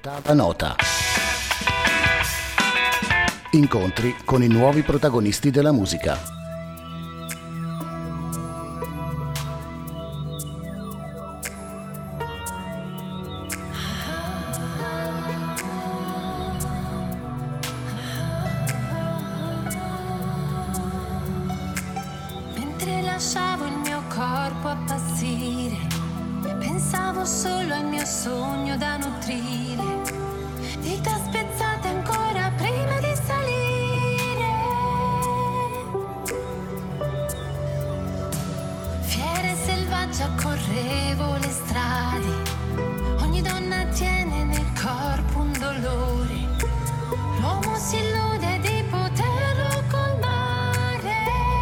L'ottava nota. Incontri con i nuovi protagonisti della musica. Mentre lasciavo il mio corpo appassire, pensavo solo al mio sogno da nutrire. Dita spezzate ancora prima di salire. Fiera e selvaggia correvo le strade. Ogni donna tiene nel corpo un dolore. L'uomo si illude di poterlo colmare.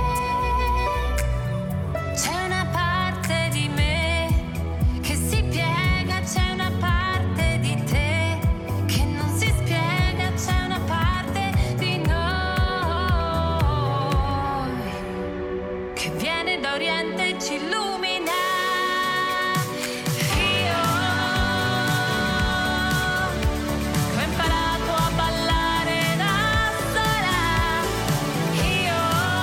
C'è una parte di me che si piega, c'è una parte di te che non si spiega, c'è una parte di noi che viene da oriente e ci illumina. Io ho imparato a ballare da sola. Io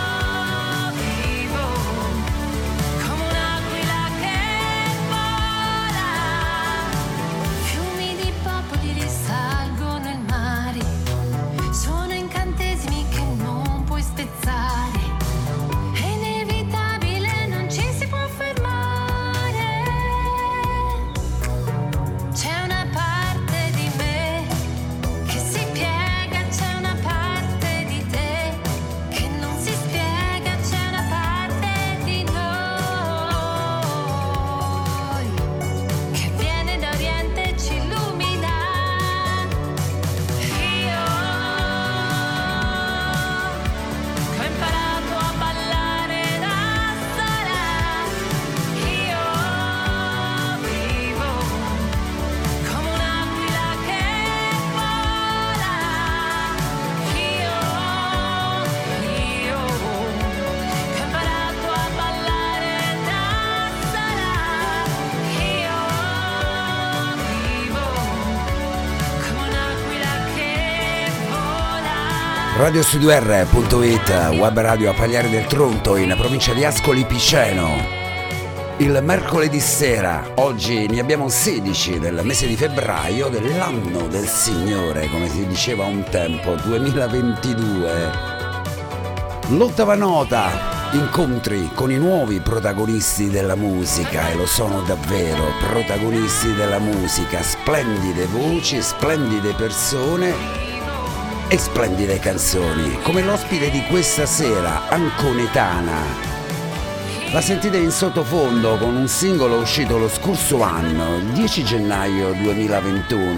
vivo come un'aquila che vola. Fiumi di popoli risalgono il mare. Sono incantesimi che non puoi spezzare. È inevitabile, non ci si può fermare. C'è una parte di me che si piega, c'è una parte di te che non si spiega, c'è una parte di noi che viene da oriente e ci illumina. Io ho imparato a ballare da sola. Io vivo come un'aquila che vola. Io ho imparato a ballare da sola. Io vivo come un'aquila che vola. Radiostudio.it, web radio a Pagliari del Tronto, in provincia di Ascoli Piceno. Il mercoledì sera, oggi ne abbiamo 16 del mese di febbraio dell'anno del Signore, come si diceva un tempo, 2022. L'ottava nota, incontri con i nuovi protagonisti della musica, e lo sono davvero, protagonisti della musica, splendide voci, splendide persone e splendide canzoni, come l'ospite di questa sera, anconetana. La sentite in sottofondo con un singolo uscito lo scorso anno, il 10 gennaio 2021.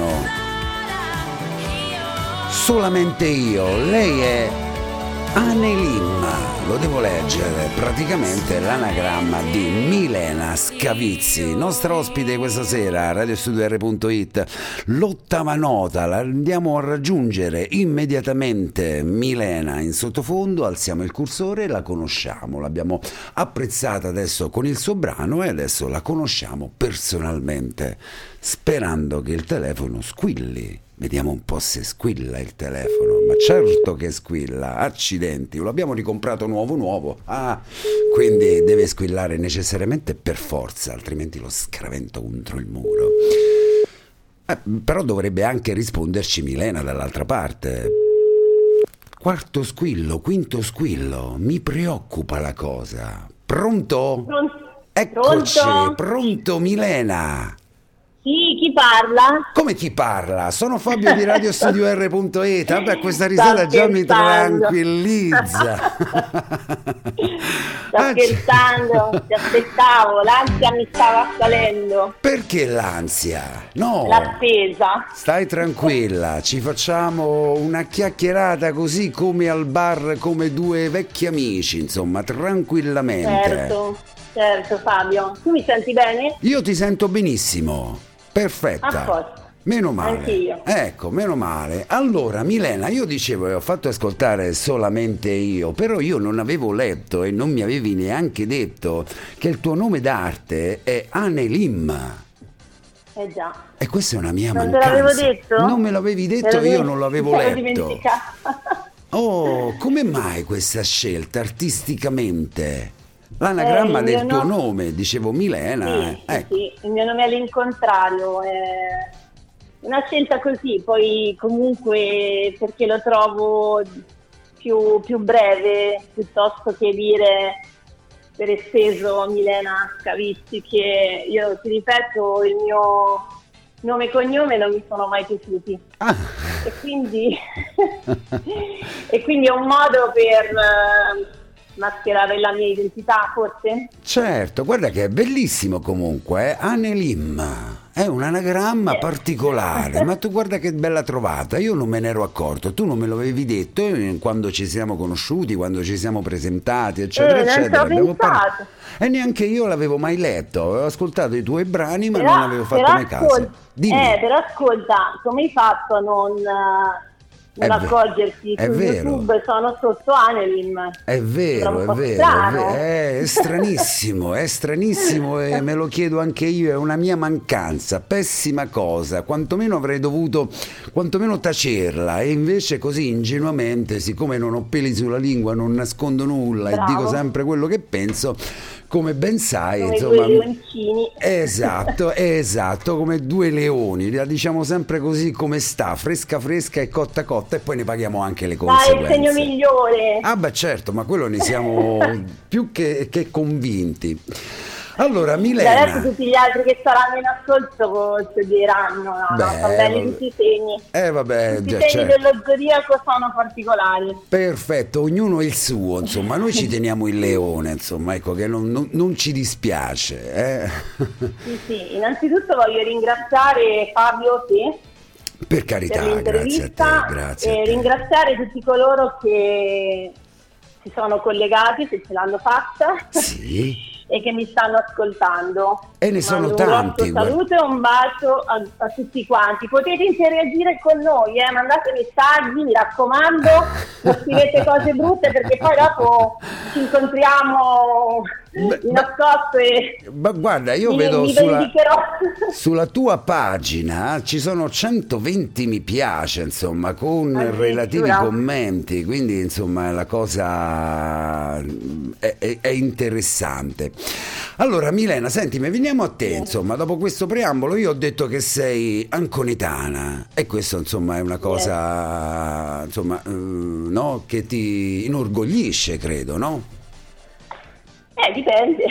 Solamente io, lei è Anelim, lo devo leggere, praticamente l'anagramma di Milena Scavizzi, nostra ospite questa sera a radiostudio.it. L'ottava nota, la andiamo a raggiungere immediatamente. Milena in sottofondo, alziamo il cursore e la conosciamo, l'abbiamo apprezzata adesso con il suo brano e adesso la conosciamo personalmente, sperando che il telefono squilli. Vediamo un po' se squilla il telefono, ma certo che squilla, accidenti, lo abbiamo ricomprato nuovo, quindi deve squillare necessariamente per forza, altrimenti lo scravento contro il muro. Però dovrebbe anche risponderci Milena dall'altra parte. Quarto squillo, quinto squillo, mi preoccupa la cosa. Pronto? Eccoci, pronto Milena? Sì, chi parla? Come chi parla? Sono Fabio di radiostudio.it. Vabbè, questa risata già mi tranquillizza. Sto scherzando, ti aspettavo, l'ansia mi stava salendo. Perché l'ansia? No. L'attesa. Stai tranquilla, ci facciamo una chiacchierata così come al bar, come due vecchi amici, insomma, tranquillamente. Certo Fabio. Tu mi senti bene? Io ti sento benissimo. Perfetta. Meno male. Anch'io. Ecco, meno male. Allora, Milena, io dicevo, e ho fatto ascoltare solamente io, però io non avevo letto e non mi avevi neanche detto che il tuo nome d'arte è Anelim. già. E questa è una mia Non te mancanza. l'avevo detto? Non me l'avevi detto, io non l'avevo Me l'ero letto. dimenticata. Oh, come mai questa scelta artisticamente? L'anagramma il del mio tuo no- nome, dicevo Milena. Sì, Ecco. sì, il mio nome è all'incontrario, è una scelta così, poi comunque perché lo trovo più breve piuttosto che dire per esteso Milena Scavizzi, che io ti ripeto il mio nome e cognome non mi sono mai piaciuti Ah. e quindi e quindi è un modo per mascherare la mia identità, forse? Certo, guarda che è bellissimo comunque, Anelim. È un anagramma particolare, ma tu guarda che bella trovata, io non me ne ero accorto, tu non me l'avevi detto quando ci siamo conosciuti, quando ci siamo presentati, eccetera, non ci eccetera. ho pensato. E neanche io l'avevo mai letto, avevo ascoltato i tuoi brani, ma non avevo fatto però mai caso. Dimmi. però ascolta, come hai fatto a non accorgerti? È Su vero. YouTube sono sotto Anelim. È vero, Era un po' è strano. è stranissimo e me lo chiedo anche io, è una mia mancanza, pessima cosa, quantomeno avrei dovuto quantomeno tacerla e invece così ingenuamente, siccome non ho peli sulla lingua, non nascondo nulla Bravo. e dico sempre quello che penso, come ben sai, Come insomma, due leoncini. esatto, come due leoni, la diciamo sempre così come sta, fresca e cotta e poi ne paghiamo anche le Dai, conseguenze. il segno migliore. Ah beh certo, ma quello ne siamo più che convinti. Allora Adesso Milena, tutti gli altri che saranno in ascolto ci diranno, no, Beh, sono belli vabbè. tutti i segni. vabbè, Tutti già, i segni certo. dello zodiaco sono particolari. Perfetto, ognuno il suo, insomma, noi ci teniamo il leone, insomma, ecco che non ci dispiace. Sì, innanzitutto voglio ringraziare Fabio te Per carità, per l'intervista grazie a e te. ringraziare tutti coloro che si sono collegati, se ce l'hanno fatta, Sì. e che mi stanno ascoltando. E ne sono Mando tanti, un grosso saluto e un bacio a tutti quanti. Potete interagire con noi, mandate messaggi, mi raccomando, non scrivete cose brutte perché poi dopo ci incontriamo in nascosto e Ma guarda, io vedo mi sulla, vendicherò. sulla tua pagina ci sono 120 mi piace, insomma, con Addirittura. relativi commenti, quindi insomma la cosa è interessante. Allora Milena, sentimi, veniamo a te, insomma, dopo questo preambolo io ho detto che sei anconetana e questo insomma è una cosa insomma, no, che ti inorgoglisce, credo, no? Dipende.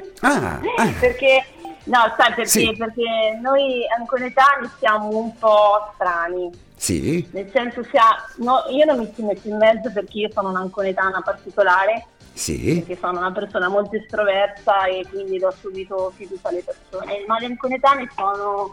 Perché perché? Sì. Perché noi anconetani siamo un po' strani. Sì? Nel senso io non mi ci metto in mezzo perché io sono un'anconetana particolare, Sì? perché sono una persona molto estroversa e quindi do subito fiducia alle persone. Ma gli anconetani sono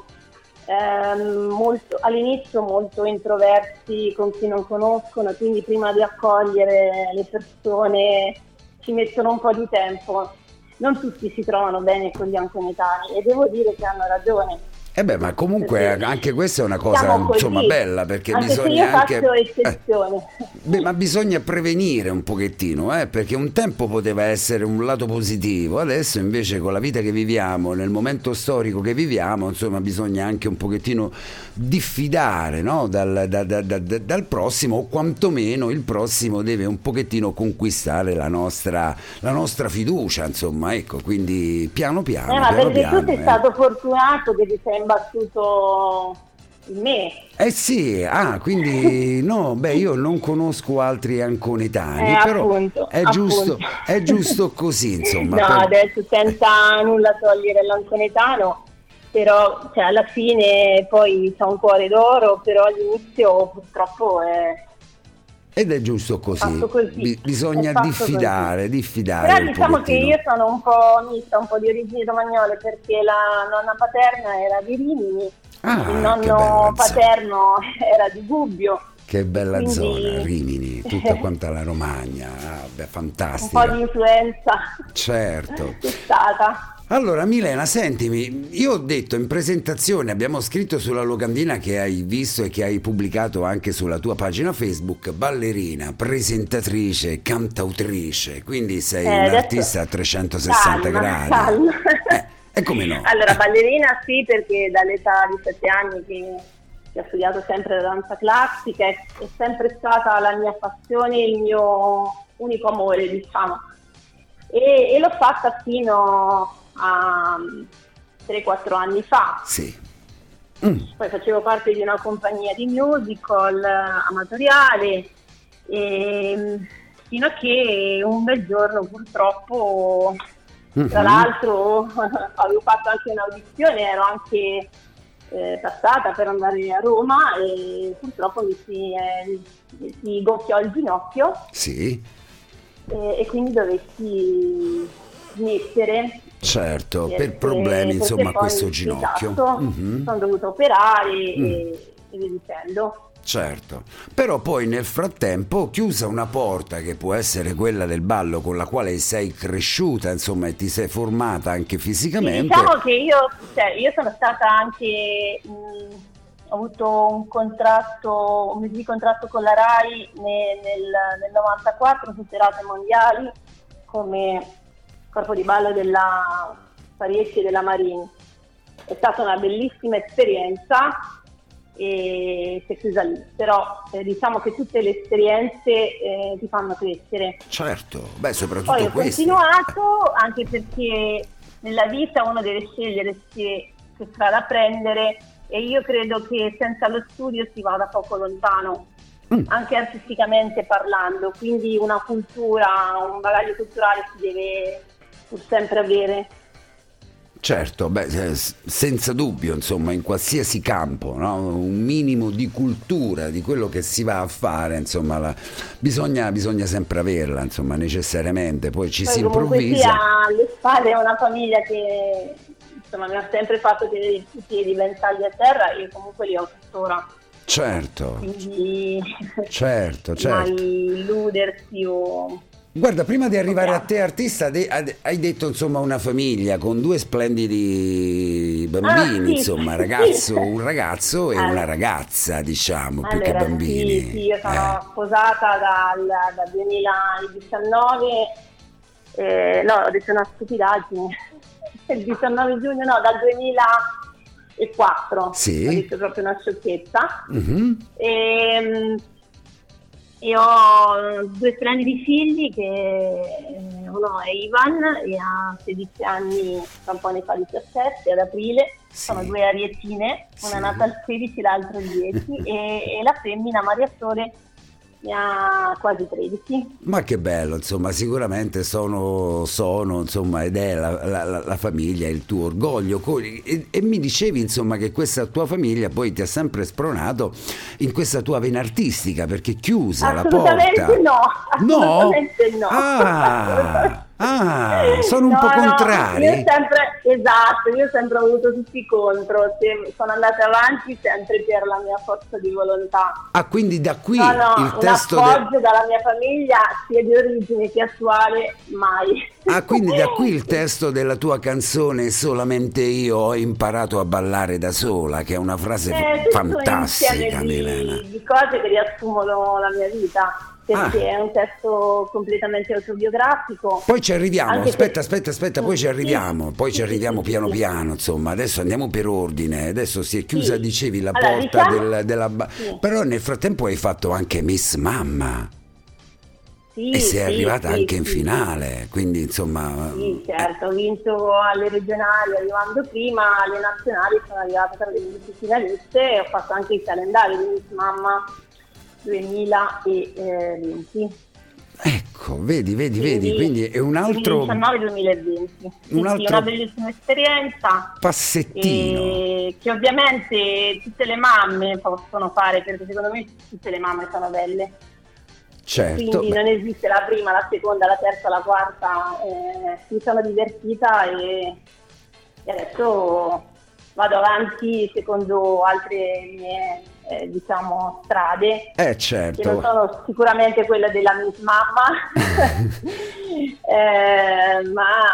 all'inizio molto introversi con chi non conoscono, quindi prima di accogliere le persone ci mettono un po' di tempo. Non tutti si trovano bene con gli anconetani e devo dire che hanno ragione. Ma comunque Perché anche questa è una cosa siamo così, insomma bella, perché anche se bisogna io faccio eccezione. ma bisogna prevenire un pochettino, perché un tempo poteva essere un lato positivo, adesso invece con la vita che viviamo, nel momento storico che viviamo, insomma bisogna anche un pochettino diffidare, no? dal prossimo, o quantomeno il prossimo deve un pochettino conquistare la nostra fiducia, insomma, ecco, quindi piano piano. Ma perché piano, tu sei stato fortunato che ti sei imbattuto in me. Sì, quindi no, io non conosco altri anconetani, però appunto, è giusto così, insomma. No, adesso senza nulla togliere all'anconetano, però alla fine poi c'è un cuore d'oro, però all'inizio purtroppo ed è giusto così, bisogna diffidare. Però diciamo che io sono un po' mista, un po' di origini romagnole, perché la nonna paterna era di Rimini, il nonno paterno era di Gubbio. Che bella quindi zona, Rimini, tutta quanta la Romagna, fantastica. Un po' di influenza. Certo. C'è stata. Allora Milena, sentimi, io ho detto in presentazione, abbiamo scritto sulla locandina che hai visto e che hai pubblicato anche sulla tua pagina Facebook, ballerina, presentatrice, cantautrice, quindi sei un'artista a 360 gradi. Calma. E come no? Allora, ballerina sì, perché dall'età di 7 anni che ho studiato sempre la danza classica, è sempre stata la mia passione, il mio unico amore, diciamo. E l'ho fatta fino a 3-4 anni fa. Sì. Poi facevo parte di una compagnia di musical amatoriale, fino a che un bel giorno purtroppo, tra l'altro avevo fatto anche un'audizione, ero anche passata per andare a Roma e purtroppo mi si gonfiò il ginocchio. Sì. E quindi dovessi smettere. Certo, per problemi insomma a questo ginocchio. Esatto, sono dovuta operare e via dicendo. Certo, però poi nel frattempo, chiusa una porta che può essere quella del ballo con la quale sei cresciuta, insomma, e ti sei formata anche fisicamente. Sì, diciamo che io sono stata anche, ho avuto un mese di contratto con la RAI nel 94 su serate mondiali come corpo di ballo della Parietti e della Marini. È stata una bellissima esperienza e si è chiusa lì, però diciamo che tutte le esperienze ti fanno crescere. Certo, beh, soprattutto poi ho queste. continuato anche perché nella vita uno deve scegliere che strada prendere, e io credo che senza lo studio si vada poco lontano, anche artisticamente parlando, quindi una cultura, un bagaglio culturale si deve pur sempre avere. Certo, beh, senza dubbio, insomma, in qualsiasi campo, no? Un minimo di cultura di quello che si va a fare, insomma, bisogna sempre averla, insomma, necessariamente. Poi ci si improvvisa. Comunque sia, alle spalle è una famiglia che insomma mi ha sempre fatto tenere i piedi ben saldi a terra, e io comunque li ho tuttora. Certo. Quindi certo. mai illudersi o... Guarda, prima di arrivare a te artista, hai detto insomma una famiglia con 2 splendidi bambini, sì, insomma, sì. un ragazzo e una ragazza, diciamo, più che bambini. Sì, io sono sposata dal 2019, no, ho detto una stupidaggine, il 19 giugno, no, dal 2004, sì. Ho detto proprio una sciocchezza. E ho 2 splendidi figli, che uno è Ivan e ha 16 anni, tra un po' ne fa 17 ad aprile, sì. Sono 2 ariettine, una sì. nata al 16, l'altra al 10 e la femmina Maria Sole ne ha quasi 13. Ma che bello, insomma, sicuramente sono insomma, ed è la famiglia, il tuo orgoglio. E mi dicevi, insomma, che questa tua famiglia poi ti ha sempre spronato in questa tua vena artistica, perché chiusa la porta. Assolutamente no. Assolutamente no. Sono un po' contrari. Io ho sempre avuto tutti contro, sono andata avanti sempre per la mia forza di volontà. Quindi da qui il testo un appoggio dalla mia famiglia, sia di origine che attuale, mai. Quindi da qui il testo della tua canzone Solamente io ho imparato a ballare da sola, che è una frase fantastica, Milena. Di cose che riassumono la mia vita. Perché è un testo completamente autobiografico. Poi ci arriviamo, aspetta, poi ci arriviamo, piano sì. piano, insomma, adesso andiamo per ordine, adesso si è chiusa, sì. dicevi, la allora, porta diciamo... sì. Però nel frattempo hai fatto anche Miss Mamma. Sì, e sei arrivata anche in finale, quindi insomma... Sì, certo, ho vinto alle regionali arrivando prima, alle nazionali sono arrivata tra le 10 finaliste e ho fatto anche il calendario di Miss Mamma 2020. Ecco, vedi, quindi è un altro 2019-2020. Una bellissima esperienza, passettino che ovviamente tutte le mamme possono fare, perché secondo me tutte le mamme sono belle. Certo. Quindi non esiste la prima, la seconda, la terza, la quarta. Mi sono divertita e adesso vado avanti secondo altre mie strade, certo. che non sono sicuramente quella della Miss Mamma,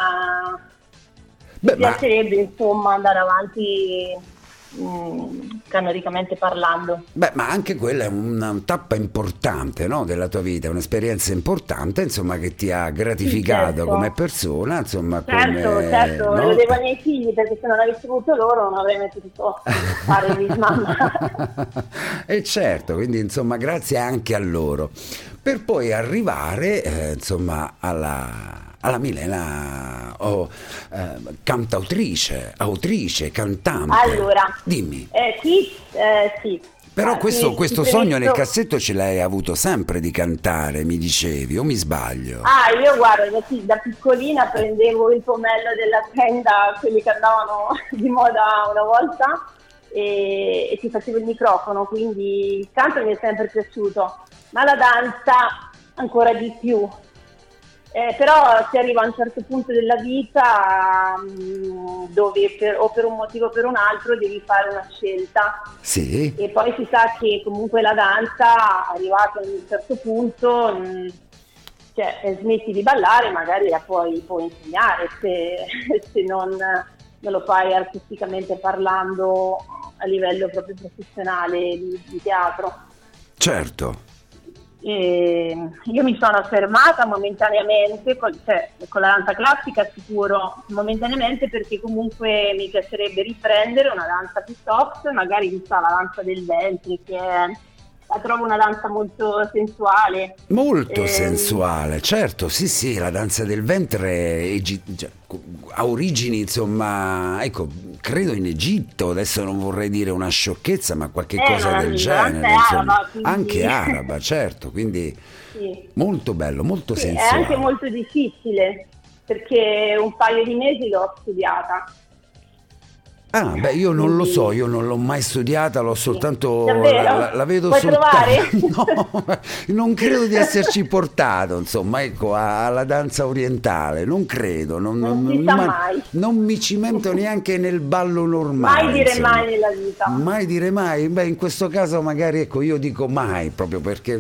ma mi piacerebbe insomma andare avanti canonicamente parlando. Beh, ma anche quella è una tappa importante, no, della tua vita, un'esperienza importante, insomma, che ti ha gratificato, Certo. come persona, insomma, Certo, come... certo, no? lo devo ai miei figli, perché se non avessi avuto loro non avrei mai potuto fare il Miss Mamma. E certo, quindi insomma grazie anche a loro, per poi arrivare insomma alla Milena cantautrice, autrice, cantante. Allora, Dimmi. sì. Però Ah, questo sì, sogno nel premetto- cassetto ce l'hai avuto sempre di cantare, mi dicevi, o mi sbaglio? Io guarda, da piccolina prendevo il pomello della tenda, quelli che andavano di moda una volta, e ti facevo il microfono, quindi il canto mi è sempre piaciuto, ma la danza ancora di più. Però si arriva a un certo punto della vita dove o per un motivo o per un altro devi fare una scelta. Sì? E poi si sa che comunque la danza, arrivato a un certo punto, smetti di ballare, magari la puoi insegnare se non lo fai artisticamente parlando a livello proprio professionale di teatro. Certo. Io mi sono fermata momentaneamente con la danza classica, sicuro momentaneamente, perché comunque mi piacerebbe riprendere una danza più soft, magari vista la danza del ventre, la trovo una danza molto sensuale. Molto sensuale, certo, sì, la danza del ventre ha origini, insomma, ecco, credo in Egitto, adesso non vorrei dire una sciocchezza, ma qualche cosa del genere, insomma, araba, quindi... anche araba, certo, quindi Sì. molto bello, molto Sì, è sensuale. anche molto difficile, perché un paio di mesi l'ho studiata. Ah, beh, io non lo so, io non l'ho mai studiata, l'ho soltanto Davvero? la vedo Puoi soltanto. provare? No, non credo di esserci portato, insomma, ecco, alla danza orientale, non credo, Non si sa mai. non mi cimento neanche nel ballo normale. Mai dire insomma. mai nella vita. Mai dire mai, beh, in questo caso magari, ecco, io dico mai, proprio perché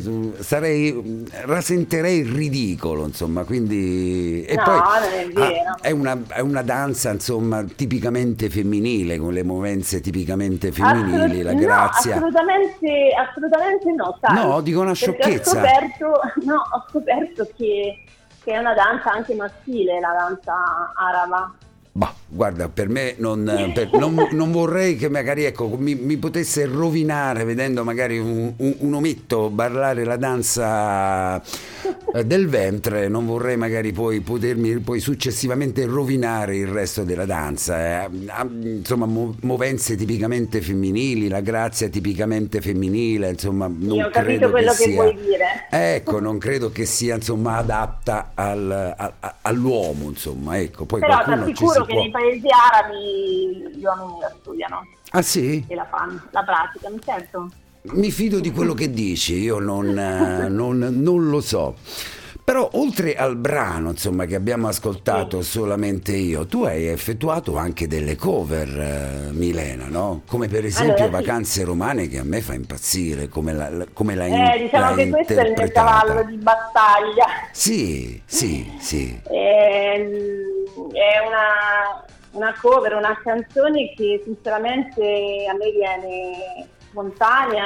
rasenterei il ridicolo, insomma, quindi... E No, poi non è vero. è una danza, insomma, tipicamente femminile, con le movenze tipicamente femminili, la grazia. Assolutamente no, sai? No, dico una Perché sciocchezza. ho scoperto che è una danza anche maschile, la danza araba. Bah, guarda, per me non vorrei che magari, ecco, mi potesse rovinare vedendo magari un ometto ballare la danza del ventre, non vorrei magari poi potermi poi successivamente rovinare il resto della danza. Insomma, movenze tipicamente femminili, la grazia tipicamente femminile, insomma, non Io ho capito credo quello che sia, vuoi dire. ecco, non credo che sia, insomma, adatta all'uomo, insomma, ecco, poi Però ti qualcuno ci si assicuro che può... nei paesi arabi gli uomini la studiano Ah sì? e la fanno, la praticano, certo. Mi fido di quello che dici, io non lo so. Però oltre al brano, insomma, che abbiamo ascoltato solamente io, tu hai effettuato anche delle cover, Milena, no? Come per esempio Allora, sì. Vacanze romane, che a me fa impazzire, come l'hai Diciamo che questo è il mio interpretata. cavallo di battaglia. Sì. È una cover, una canzone che sinceramente a me viene spontanea,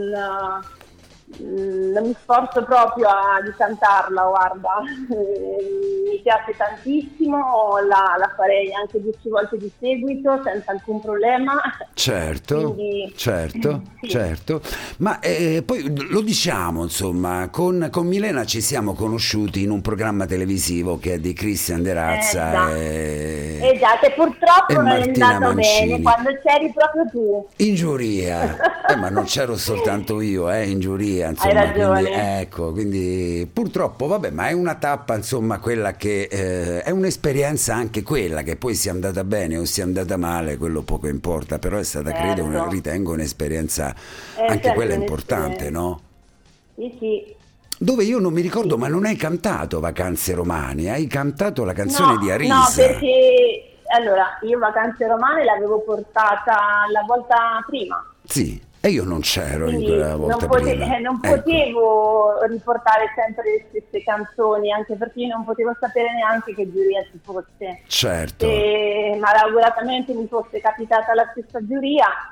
non mi sforzo proprio di cantarla, guarda. Mi piace tantissimo, la farei anche 10 volte di seguito senza alcun problema. Certo, Quindi, certo, sì. certo. Ma poi lo diciamo, insomma, con Milena ci siamo conosciuti in un programma televisivo che è di Christian De Razza Già, che purtroppo e non è Martina andato Mancini. bene quando c'eri proprio tu. In giuria, ma non c'ero soltanto io, in giuria, insomma, Hai ragione. quindi, ecco, quindi purtroppo, vabbè, ma è una tappa, insomma, quella che è un'esperienza anche quella, che poi sia andata bene o sia andata male, quello poco importa, però è stata, Certo. credo, ritengo un'esperienza anche certo, quella importante, no? Sì. Dove io non mi ricordo, ma non hai cantato Vacanze romane, hai cantato la canzone No, di Arisa. no, perché allora io Vacanze romane l'avevo portata la volta prima. Sì, e io non c'ero in Quindi quella volta prima. non Ecco. potevo riportare sempre le stesse canzoni, anche perché io non potevo sapere neanche che giuria ci fosse. Certo. E malauguratamente mi fosse capitata la stessa giuria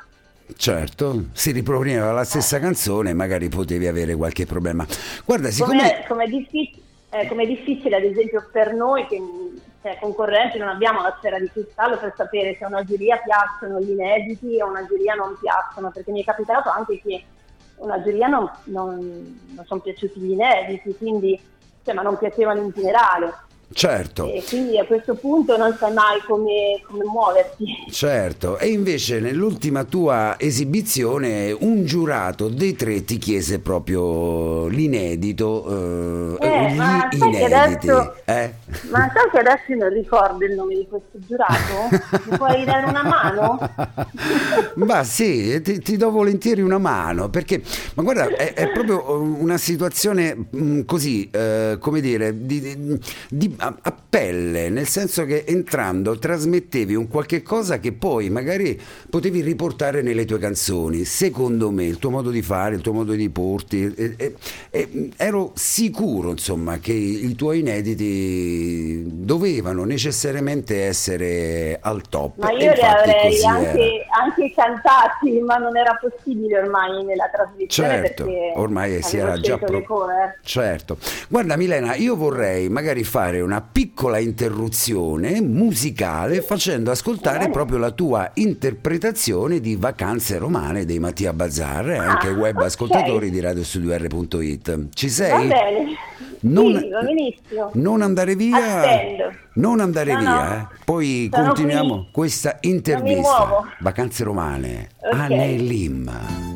Certo, si riproponeva la stessa canzone, magari potevi avere qualche problema. Guarda, siccome... Come è difficile, ad esempio, per noi che concorrenti non abbiamo la sfera di cristallo per sapere se a una giuria piacciono gli inediti o a una giuria non piacciono, perché mi è capitato anche che una giuria non sono piaciuti gli inediti, quindi ma non piacevano in generale. Certo. E quindi a questo punto non sai mai come muoverti. Certo, e invece nell'ultima tua esibizione un giurato dei 3 ti chiese proprio l'inedito, ma gli sai che inediti. Ma sai che adesso io non ricordo il nome di questo giurato? Mi puoi dare una mano? Ma sì, ti do volentieri una mano, perché, ma guarda, è proprio una situazione così, come dire, a pelle, nel senso che entrando trasmettevi un qualche cosa che poi magari potevi riportare nelle tue canzoni. Secondo me il tuo modo di fare, il tuo modo di porti, ero sicuro insomma che i tuoi inediti dovevano necessariamente essere al top. Ma io li avrei anche cantati, ma non era possibile ormai nella trasmissione. Certo, perché ormai si era già certo. Guarda Milena, io vorrei magari fare una piccola interruzione musicale facendo ascoltare proprio la tua interpretazione di Vacanze Romane dei Mattia Bazar e anche web ascoltatori di radiostudio.it. Ci sei? Va bene. Sì, va benissimo. Non andare via. Attendo. Non andare via, no. Poi Sono continuiamo qui. questa Non mi intervista. muovo. Vacanze Romane, Ok. Anelim.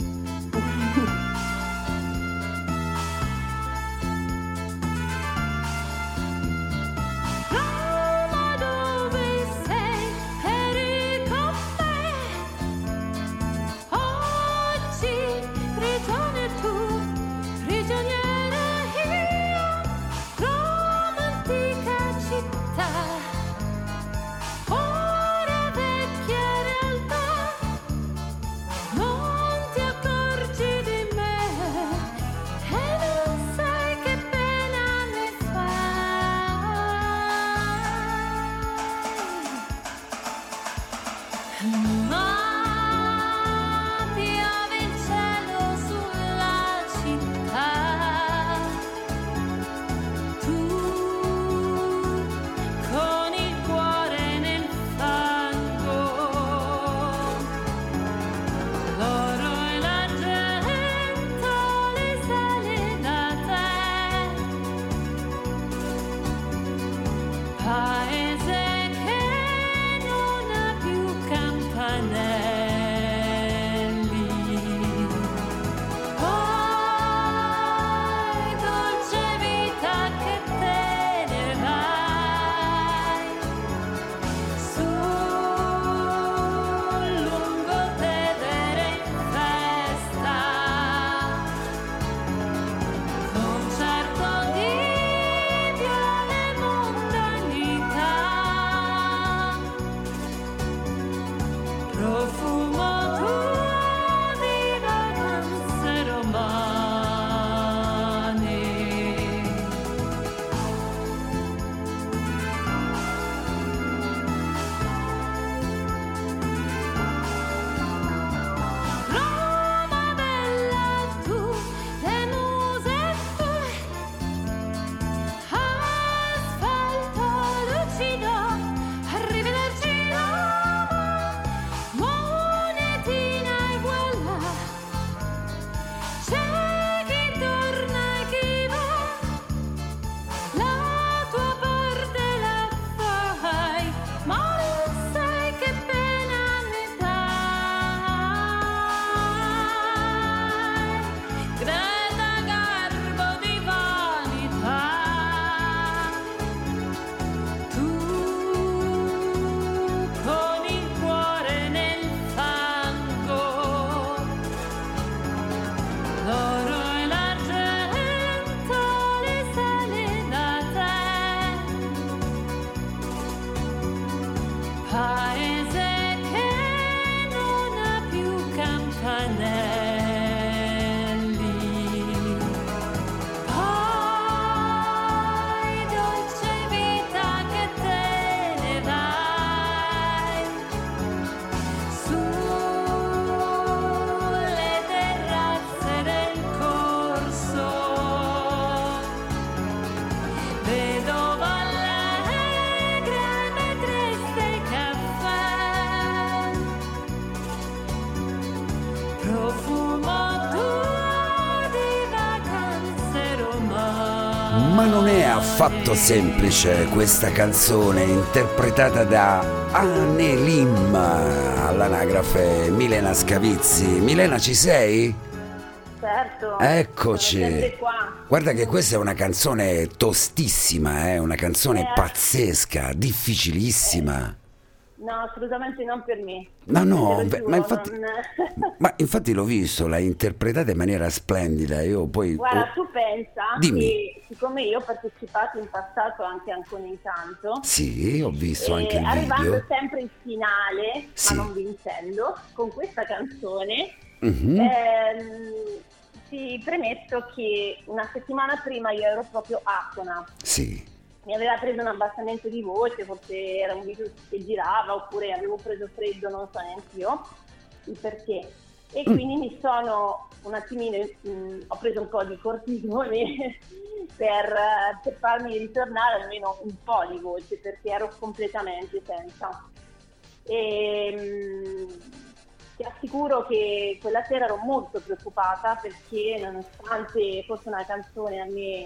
Roma, dove sei? Eri con me. Oggi prigione tu, prigioniera io. Roma, antica città, ora vecchia realtà. Non ti Ma non è affatto semplice questa canzone interpretata da Anelim, all'anagrafe Milena Scavizzi. Milena, ci sei? Certo. Eccoci. Sono sempre qua. Guarda che questa è una canzone tostissima, una canzone pazzesca, difficilissima. No, assolutamente non per me. No, Te lo giuro, ma infatti, non- ma infatti l'ho visto, l'hai interpretata in maniera splendida. Io poi Guarda, tu pensa Dimmi. che siccome io ho partecipato in passato anche a Ancona Incanto, sì, ho visto anche il arrivando video. sempre in finale, Sì. ma non vincendo, con questa canzone, Mhm. ti premetto che una settimana prima io ero proprio a Ancona. Sì. Mi aveva preso un abbassamento di voce, forse era un virus che girava, oppure avevo preso freddo, non so neanche io il perché. E quindi mi sono un attimino, ho preso un po' di cortisone per farmi ritornare almeno un po' di voce, perché ero completamente senza. Ti assicuro che quella sera ero molto preoccupata, perché nonostante fosse una canzone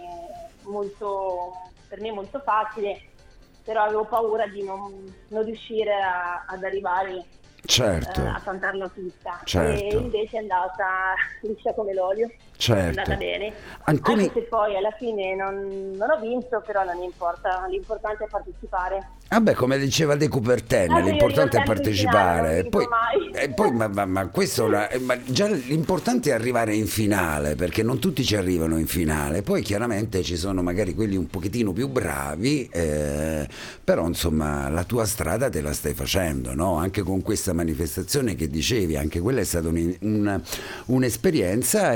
per me molto facile, però avevo paura di non riuscire ad arrivare Certo, a cantarla tutta. Certo. E invece è andata liscia come l'olio. Certo. È andata bene. Ancora- Anche se poi alla fine non ho vinto, però non importa, l'importante è partecipare. Vabbè, come diceva De Coubertin, Io l'importante è sempre in partecipare. finale, non vinco mai. Ma questo, ma già l'importante è arrivare in finale, perché non tutti ci arrivano in finale. Poi chiaramente ci sono magari quelli un pochettino più bravi, però insomma la tua strada te la stai facendo, no? Anche con questa manifestazione che dicevi, anche quella è stata un'esperienza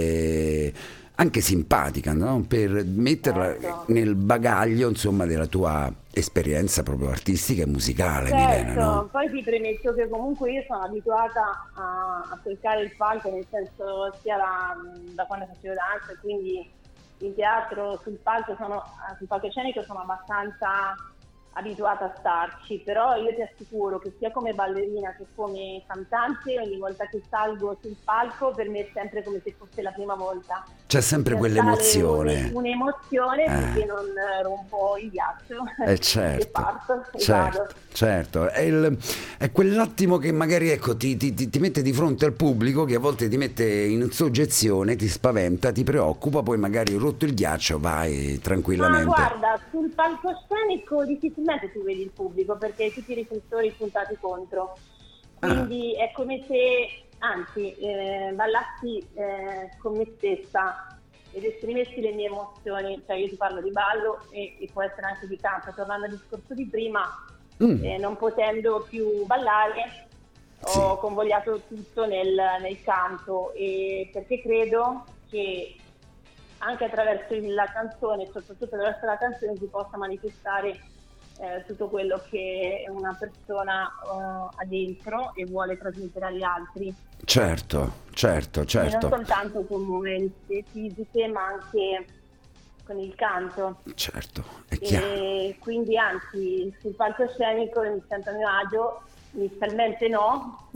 anche simpatica, no? Per metterla Certo. nel bagaglio, insomma, della tua esperienza proprio artistica e musicale, Certo, Milena, no? poi ti premetto che comunque io sono abituata a cercare il palco, nel senso sia da quando facevo danza, e quindi in teatro, sul palcoscenico sono abbastanza abituata a starci, però io ti assicuro che sia come ballerina che come cantante, ogni volta che salgo sul palco per me è sempre come se fosse la prima volta. C'è sempre Sale quell'emozione. un'emozione finché non rompo il ghiaccio e Certo, parto e vado. certo. È quell'attimo che magari ecco, ti mette di fronte al pubblico, che a volte ti mette in soggezione, ti spaventa, ti preoccupa, poi magari rotto il ghiaccio vai Ma tranquillamente. guarda, sul palcoscenico difficilmente tu vedi il pubblico, perché hai tutti i riflettori puntati contro, quindi è come se, anzi, ballassi con me stessa ed esprimessi le mie emozioni. Cioè io ti parlo di ballo e può essere anche di canto. Tornando al discorso di prima, non potendo più ballare, Sì. ho convogliato tutto nel canto, e perché credo che anche attraverso la canzone, soprattutto attraverso la canzone, si possa manifestare tutto quello che una persona ha dentro e vuole trasmettere agli altri. Certo. E non soltanto con movimenti fisiche, ma anche con il canto. Certo, è chiaro. E quindi anzi sul palcoscenico mi sento a mio agio, inizialmente no,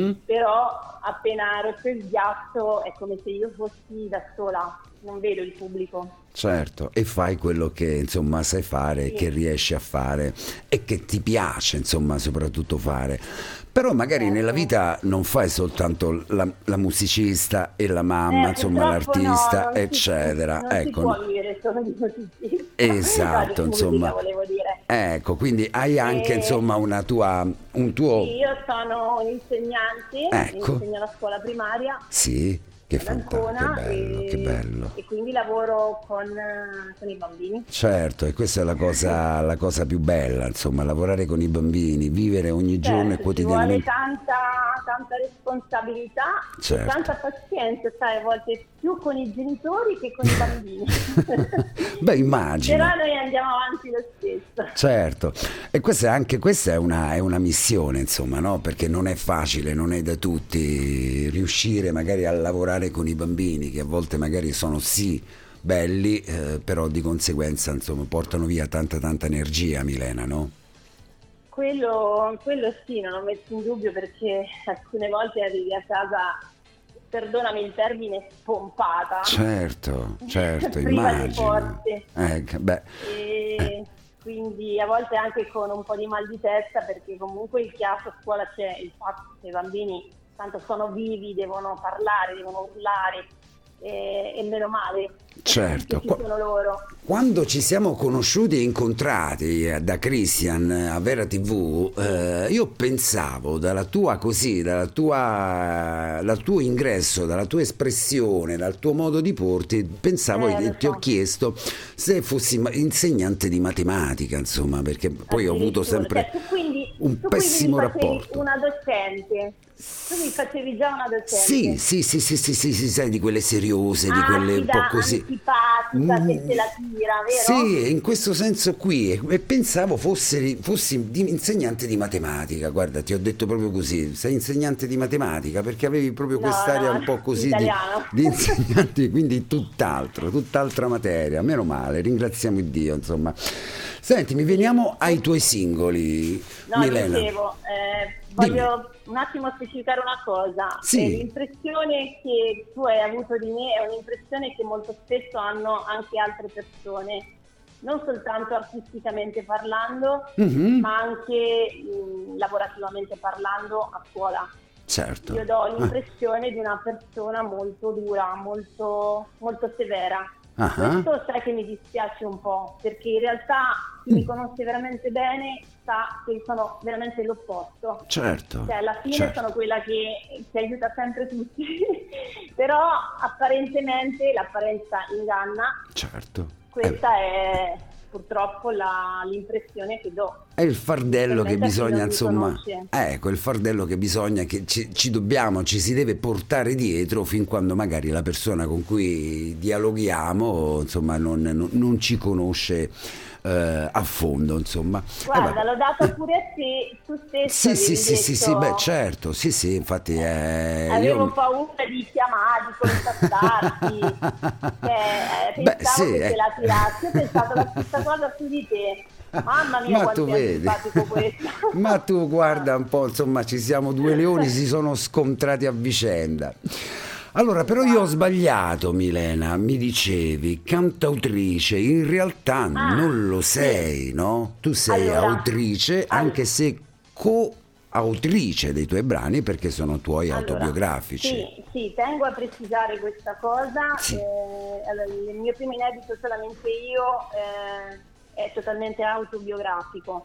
però appena rotto il ghiaccio è come se io fossi da sola, non vedo il pubblico. Certo, e fai quello che insomma sai fare, Sì. che riesci a fare e che ti piace insomma soprattutto fare. Però magari Certo. nella vita non fai soltanto la musicista e la mamma, insomma Purtroppo l'artista, no, non eccetera. Non si Ecco, può vivere solo di musicista. esatto, No, di insomma. musica, volevo dire. Ecco, quindi hai anche insomma un tuo Sì, io sono un'insegnante, Ecco. insegno alla scuola primaria sì, che ad fantastico, Ancona, che bello. e quindi lavoro con i bambini. Certo, e questa è la cosa più bella, insomma, lavorare con i bambini, vivere ogni giorno e Certo, ci vuole quotidianamente. tanta responsabilità Certo. e tanta pazienza, sai, a volte più con i genitori che con i bambini. Beh, immagino. Però noi andiamo avanti lo stesso. Certo, e questa è una missione, insomma, no? Perché non è facile, non è da tutti riuscire magari a lavorare con i bambini, che a volte magari sono sì belli, però di conseguenza, insomma, portano via tanta energia, Milena, no? Quello sì, non ho messo in dubbio, perché alcune volte arrivi a casa perdonami il termine, spompata. Certo, priva di immagino. forze. Beh. E quindi a volte anche con un po' di mal di testa, perché comunque il chiasso a scuola c'è, il fatto che i bambini tanto sono vivi, devono parlare, devono urlare, e meno male. Certo, Ci sono loro. quando ci siamo conosciuti e incontrati da Christian a Vera TV, io pensavo dal tuo ingresso, dalla tua espressione, dal tuo modo di porti, pensavo e ti ho chiesto se fossi insegnante di matematica, insomma, perché poi ho avuto sempre un pessimo rapporto. Una docente. Tu mi facevi già una docente. Sì, sai, di quelle seriose, di quelle un po' così. Antipatica, che se la tira, vero? Sì, in questo senso qui, e pensavo fossi insegnante di matematica. Guarda, ti ho detto proprio così, sei insegnante di matematica, perché avevi proprio quest'aria un po' così di insegnante, quindi tutt'altra materia. Meno male, ringraziamo Dio, insomma. Senti, veniamo ai tuoi singoli, Milena. Dicevo, voglio un attimo specificare una cosa. Sì. L'impressione che tu hai avuto di me è un'impressione che molto spesso hanno anche altre persone, non soltanto artisticamente parlando, ma anche lavorativamente parlando a scuola. Certo. Io do l'impressione di una persona molto dura, molto, molto severa. Questo sai che mi dispiace un po', perché in realtà chi mi conosce veramente bene sa che sono veramente l'opposto. Certo. Cioè alla fine sono quella che aiuta sempre tutti, però apparentemente l'apparenza inganna. Certo. Questa è purtroppo l'impressione che do. È il fardello che bisogna, insomma, ecco, il fardello che bisogna, che ci si deve portare dietro fin quando magari la persona con cui dialoghiamo, insomma, non ci conosce a fondo, insomma. Guarda, l'ho dato pure a te, tu stesso. Sì, beh, certo, sì, infatti avevo paura di chiamarti, di contattarti, pensavo che te la tirassi, ho pensato la stessa cosa su di te. Mamma mia, quanto è simpatico questo. Ma tu guarda un po', insomma, ci siamo due leoni, si sono scontrati a vicenda. Allora, però io ho sbagliato, Milena, mi dicevi cantautrice, in realtà non lo sei, no? Tu sei autrice, anche se coautrice dei tuoi brani, perché sono tuoi autobiografici. Sì, tengo a precisare questa cosa. Sì. Il mio primo inedito Solamente io è totalmente autobiografico.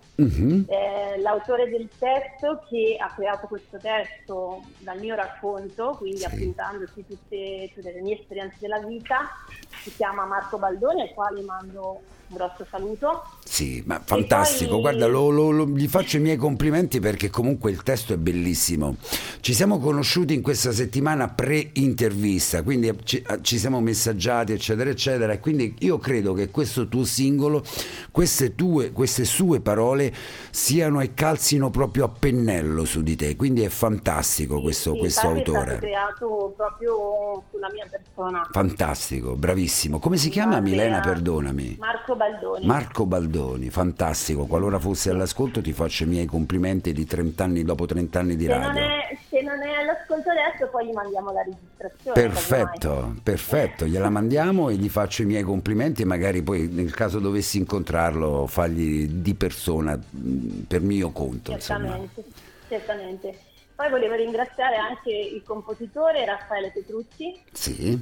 L'autore del testo, che ha creato questo testo dal mio racconto, quindi appuntandosi tutte le mie esperienze della vita, si chiama Marco Baldoni, al quale mando un grosso saluto. Sì, ma fantastico, guarda, gli faccio i miei complimenti, perché comunque il testo è bellissimo. Ci siamo conosciuti in questa settimana pre-intervista, quindi ci siamo messaggiati, eccetera, eccetera, e quindi io credo che questo tuo singolo, queste sue parole siano e calzino proprio a pennello su di te, quindi è fantastico questo autore. È stato creato proprio sulla mia persona. Fantastico, bravissimo. Come si chiama, Milena, perdonami? Marco Baldoni, fantastico. Qualora fossi all'ascolto ti faccio i miei complimenti dopo 30 anni di radio. Se non è all'ascolto adesso, poi gli mandiamo la registrazione. Perfetto, gliela mandiamo e gli faccio i miei complimenti, e magari poi nel caso dovessi incontrarlo fargli di persona per mio conto. Certamente. Poi volevo ringraziare anche il compositore Raffaele Petrucci. Sì.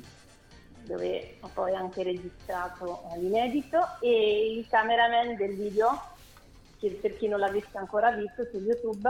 Dove ho poi anche registrato l'inedito, e il cameraman del video, che per chi non l'avesse ancora visto su YouTube,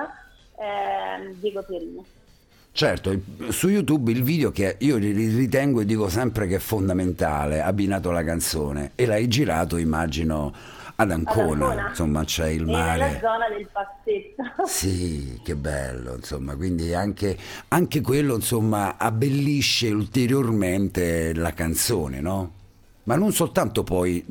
Diego Pierini. Certo, su YouTube il video, che io ritengo e dico sempre che è fondamentale, abbinato alla canzone, e l'hai girato, immagino, ad Ancona, insomma, c'è il mare. Nella zona del Passetto. Sì, che bello, insomma, quindi anche quello, insomma, abbellisce ulteriormente la canzone, no? Ma non soltanto poi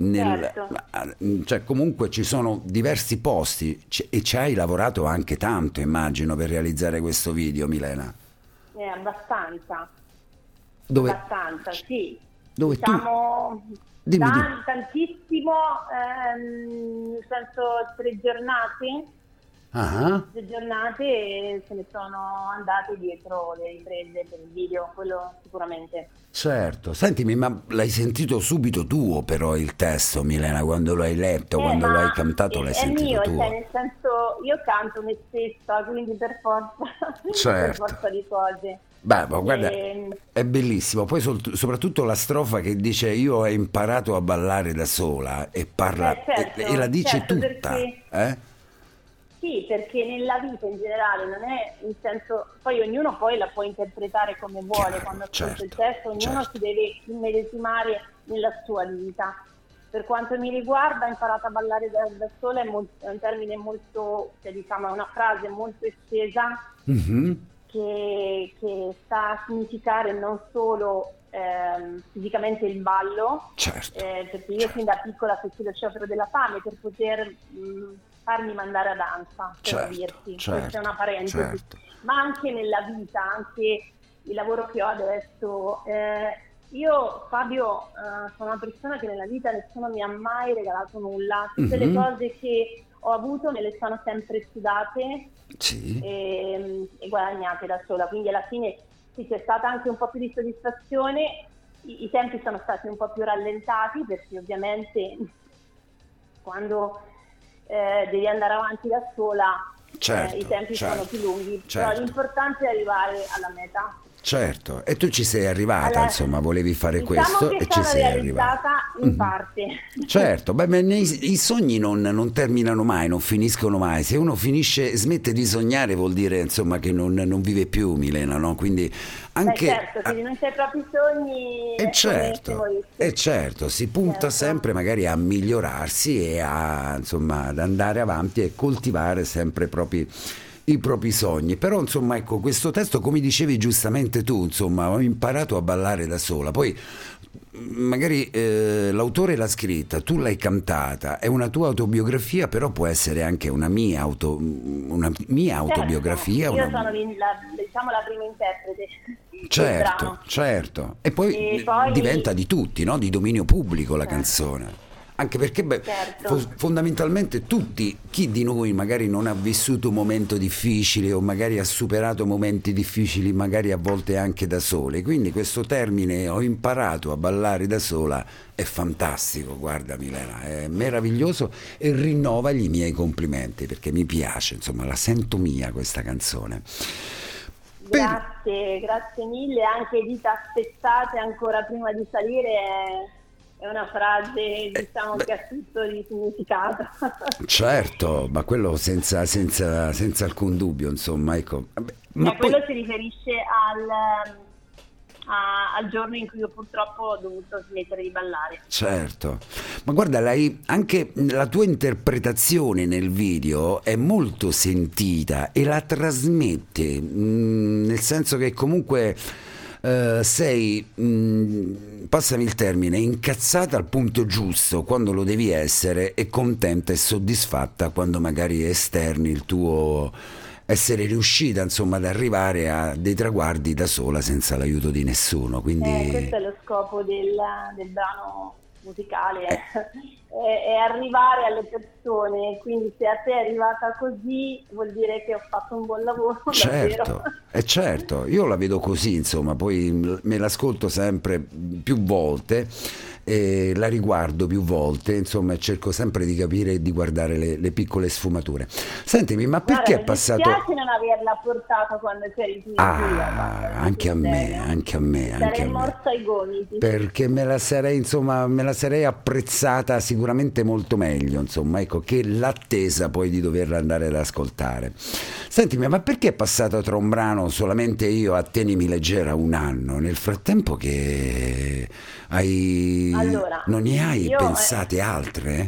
cioè comunque ci sono diversi posti e ci hai lavorato anche tanto, immagino, per realizzare questo video, Milena. Abbastanza. Abbastanza, sì. Dove diciamo, Dimmi. Tantissimo, nel senso 3 giornate. Ah, 2 giornate e se ne sono andate dietro le riprese per il video, quello sicuramente. certo. Sentimi, ma l'hai sentito subito tuo però il testo, Milena, quando lo hai letto, quando lo Ma hai cantato l'hai è sentito mio, tuo? cioè nel senso io canto me stessa, quindi per forza, per Certo. forza di cose. Beh, ma guarda, E, è bellissimo. Poi soprattutto la strofa che dice io ho imparato a ballare da sola e parla e la dice certo, tutta, perché eh? sì, perché nella vita in generale non è in senso, poi ognuno poi la può interpretare come vuole, Chiaro, quando ascolta il certo, testo, ognuno certo. si deve immedesimare nella sua vita. Per quanto mi riguarda, imparata a ballare da sola è un termine molto, cioè, diciamo, è una frase molto estesa Mhm. che sta a significare non solo fisicamente il ballo, Certo, perché io fin certo, da piccola feci lo sciopero della fame per poter farmi mandare a danza, per certo, dirti, questa è certo, una parentesi, certo. ma anche nella vita, anche il lavoro che ho adesso. Io, Fabio, sono una persona che nella vita nessuno mi ha mai regalato nulla, tutte le Mhm. cose che ho avuto me le sono sempre sudate Sì, e guadagnate da sola, quindi alla fine sì, c'è stata anche un po' più di soddisfazione, i tempi sono stati un po' più rallentati perché ovviamente quando devi andare avanti da sola i certo, tempi sono più certo, lunghi, però certo. l'importante è arrivare alla meta. Certo, e tu ci sei arrivata, Alla- insomma, volevi fare diciamo questo che e ci sono sei arrivata. realizzata in parte. Certo, beh, ma i sogni non terminano mai, non finiscono mai. Se uno finisce, smette di sognare vuol dire, insomma, che non vive più, Milena, no? Quindi Beh anche... certo, se non c'è i propri sogni E è come se certo, morissi. e certo, si punta Certo. sempre magari a migliorarsi e a, insomma, ad andare avanti e coltivare sempre i propri sogni. Però, insomma, ecco, questo testo, come dicevi giustamente tu, insomma, ho imparato a ballare da sola. Poi magari l'autore l'ha scritta, tu l'hai cantata, è una tua autobiografia, però può essere anche una mia Certo, autobiografia, io sono diciamo la prima interprete del certo, brano certo. E poi e poi diventa di tutti, no? Di dominio pubblico la canzone. Anche perché beh, certo, fondamentalmente tutti, chi di noi magari non ha vissuto un momento difficile o magari ha superato momenti difficili, magari a volte anche da sole. Quindi questo termine ho imparato a ballare da sola è fantastico, guarda Milena, è meraviglioso e rinnova i miei complimenti perché mi piace, insomma, la sento mia questa canzone. Per- grazie mille, anche dita spezzate ancora prima di salire è una frase diciamo beh, che ha tutto di significato. certo, ma quello senza alcun dubbio, insomma, ecco. Vabbè, ma poi, Quello si riferisce al giorno in cui io purtroppo ho dovuto smettere di ballare. certo, ma guarda, anche la tua interpretazione nel video è molto sentita e la trasmette, nel senso che comunque sei, passami il termine, incazzata al punto giusto quando lo devi essere e contenta e soddisfatta quando magari esterni il tuo essere riuscita, insomma, ad arrivare a dei traguardi da sola senza l'aiuto di nessuno. Quindi Questo è lo scopo del brano musicale, è arrivare alle persone, quindi se a te è arrivata così vuol dire che ho fatto un buon lavoro, davvero. certo, è certo, io la vedo così, insomma, poi me l'ascolto sempre più volte, la riguardo più volte, insomma, e cerco sempre di capire e di guardare le piccole sfumature. Sentimi, ma perché Guarda, è mi passato... dispiace non averla portata quando c'eri tu in giuria, Ah, guarda, anche a me, serio. anche a me, anche Sarei a me. morta ai gomiti. Perché me la sarei, insomma, me la sarei apprezzata sicuramente molto meglio, insomma, ecco, che l'attesa poi di doverla andare ad ascoltare. Sentimi, ma perché è passato tra un brano solamente io a Tenimi leggera un anno? Nel frattempo che Allora, non ne hai io, pensate altre?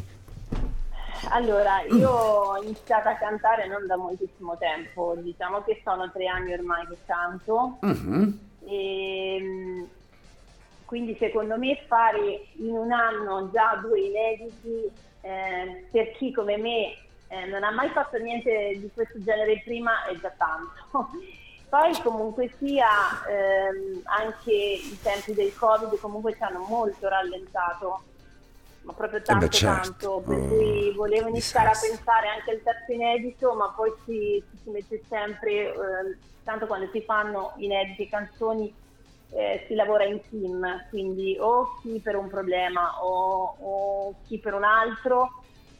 io ho iniziato a cantare non da moltissimo tempo, diciamo che sono 3 anni ormai che canto. Mhm. E, quindi secondo me fare in un anno già 2 inediti per chi come me non ha mai fatto niente di questo genere prima è già tanto. Poi comunque sia anche i tempi del Covid comunque ci hanno molto rallentato ma proprio tanto certo. tanto, per cui volevo iniziare a Disastro. pensare anche al terzo inedito, ma poi si mette sempre, tanto quando si fanno inediti canzoni si lavora in team, quindi o chi per un problema o chi per un altro,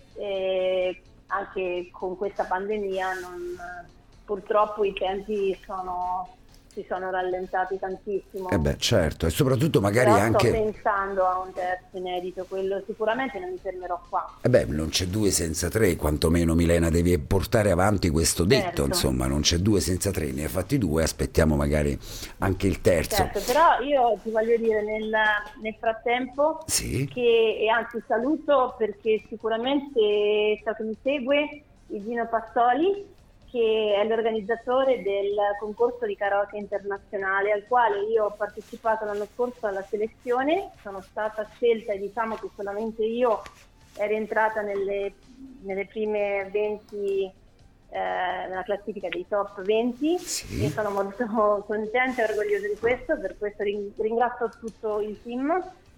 anche con questa pandemia purtroppo i tempi si sono rallentati tantissimo. Certo, e soprattutto magari Però anche... sto pensando a un terzo inedito, quello sicuramente non mi fermerò qua. non c'è due senza tre, quantomeno Milena, devi portare avanti questo detto, Certo. insomma, non c'è due senza tre, ne hai fatti due, aspettiamo magari anche il terzo. Certo, però io ti voglio dire nel frattempo Sì? e anzi saluto perché sicuramente so che mi segue il Gino Passoli, che è l'organizzatore del concorso di karaoke internazionale al quale io ho partecipato l'anno scorso alla selezione, sono stata scelta e diciamo che solamente io ero entrata nelle prime 20 nella classifica dei top 20. Sì. Io sono molto contenta e orgogliosa di questo, per questo ringrazio tutto il team.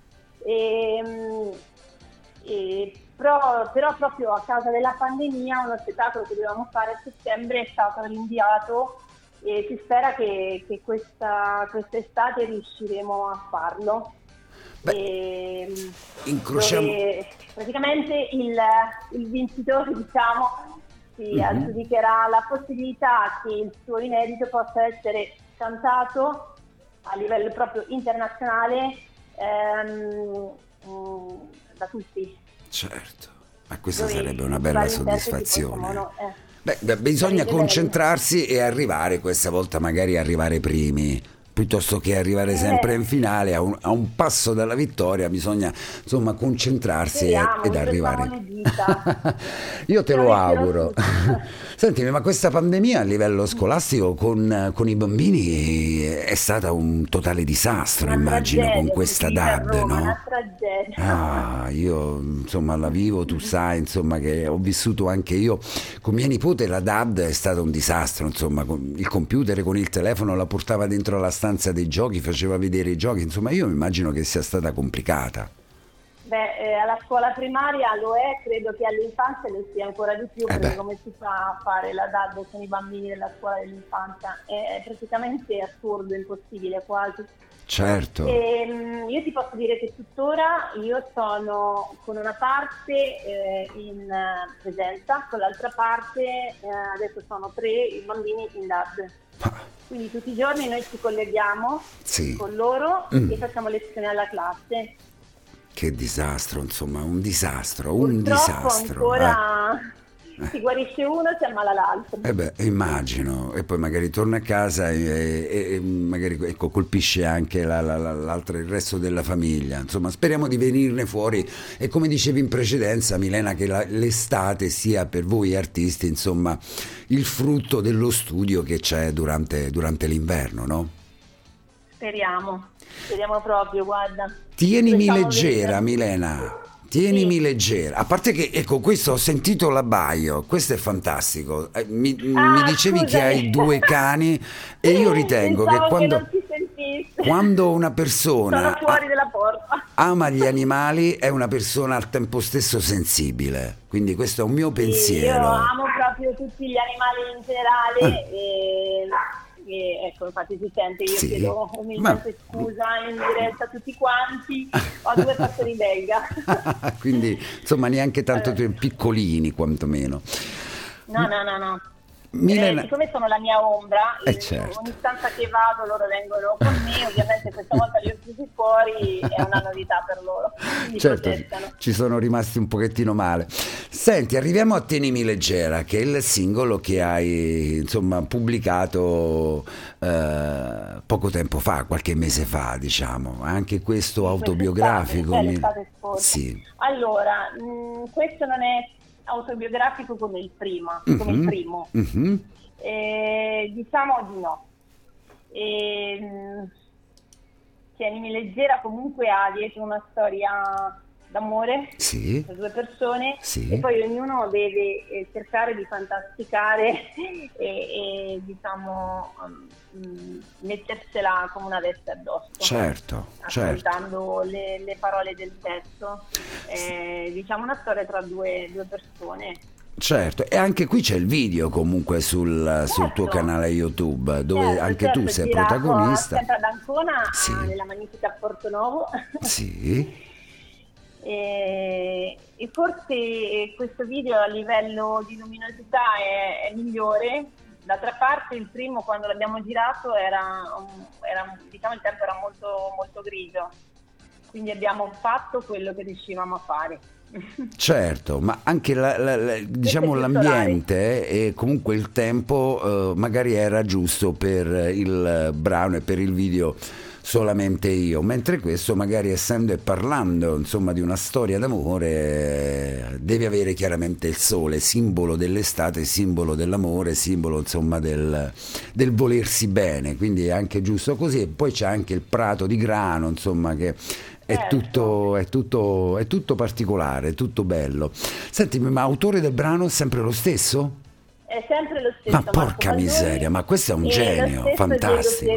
Però proprio a causa della pandemia uno spettacolo che dovevamo fare a settembre è stato rinviato e si spera che quest'estate riusciremo a farlo. Incrociamo... Dove praticamente il vincitore, diciamo, si aggiudicherà la possibilità che il suo inedito possa essere cantato a livello proprio internazionale da tutti. Certo, ma questa sarebbe una bella soddisfazione. Bisogna Bisogna concentrarsi e arrivare, questa volta magari arrivare primi, piuttosto che arrivare sempre in finale, a un passo dalla vittoria, bisogna insomma concentrarsi ed arrivare. Io te lo auguro. Sentimi, ma questa pandemia a livello scolastico con i bambini è stata un totale disastro, immagino, con questa DAD, no? Una tragedia. Io insomma la vivo, tu sai insomma che ho vissuto anche io con mia nipote, la DAD è stato un disastro, insomma, con il computer, con il telefono, la portava dentro la stanza dei giochi, faceva vedere i giochi, insomma io immagino che sia stata complicata. Alla scuola primaria lo è, credo che all'infanzia lo sia ancora di più, perché come si fa a fare la DAD con i bambini della scuola dell'infanzia? È praticamente assurdo, impossibile quasi. Certo. Io ti posso dire che tuttora io sono con una parte in presenza, con l'altra parte adesso sono 3 i bambini in DAD. Quindi tutti i giorni noi ci colleghiamo con loro e facciamo lezioni alla classe. Che disastro, insomma, un disastro, Purtroppo ancora si guarisce uno e si ammala l'altro. Immagino, e poi magari torna a casa e magari colpisce anche l'altro, il resto della famiglia. Insomma, speriamo di venirne fuori e come dicevi in precedenza, Milena, che l'estate sia per voi artisti, insomma, il frutto dello studio che c'è durante l'inverno, no? Speriamo proprio, guarda. Tienimi leggera, Milena. Tienimi leggera. A parte che, ecco, questo ho sentito l'abbaio, questo è fantastico. Mi dicevi che hai 2 cani e io ritengo che quando una persona ama gli animali è una persona al tempo stesso sensibile. Quindi questo è un mio pensiero. Io amo proprio tutti gli animali in generale e ecco, infatti si sente, io chiedo umilmente scusa in diretta a tutti quanti, ho 2 pastori belga. Quindi insomma neanche tanto piccolini quantomeno. No. Milena... siccome sono la mia ombra, certo. ogni stanza che vado loro vengono con me, ovviamente questa volta li ho chiusi fuori, è una novità per loro. Certo, ci sono rimasti un pochettino male. Senti, arriviamo a Tienimi leggera, che è il singolo che hai insomma pubblicato poco tempo fa, qualche mese fa, diciamo, anche questo autobiografico. Sì. Allora, questo non è autobiografico come il primo. Diciamo di no. Tienimi leggera comunque ha dietro una storia d'amore Sì. tra due persone, Sì. e poi ognuno deve cercare di fantasticare e diciamo mettersela come una veste addosso, Certo, certo. ascoltando le parole del testo. Diciamo una storia tra due persone. Certo, e anche qui c'è il video comunque sul tuo Certo. canale YouTube, dove anche tu sei girato protagonista. sempre ad Ancona, Sì. nella magnifica Porto Novo. Sì, E forse questo video a livello di luminosità è migliore. D'altra parte il primo, quando l'abbiamo girato, diciamo, il tempo era molto, molto grigio, quindi abbiamo fatto quello che riuscivamo a fare. certo, ma anche diciamo Questo è più l'ambiente e comunque il tempo magari era giusto per il brano e per il video Solamente io, mentre questo magari, essendo e parlando insomma di una storia d'amore, devi avere chiaramente il sole, simbolo dell'estate, simbolo dell'amore, simbolo insomma del volersi bene, quindi è anche giusto così. E poi c'è anche il prato di grano, insomma, che è tutto particolare, tutto bello. Senti, ma autore del brano è sempre lo stesso? È sempre lo stesso. Ma porca miseria, ma questo è un genio, fantastico.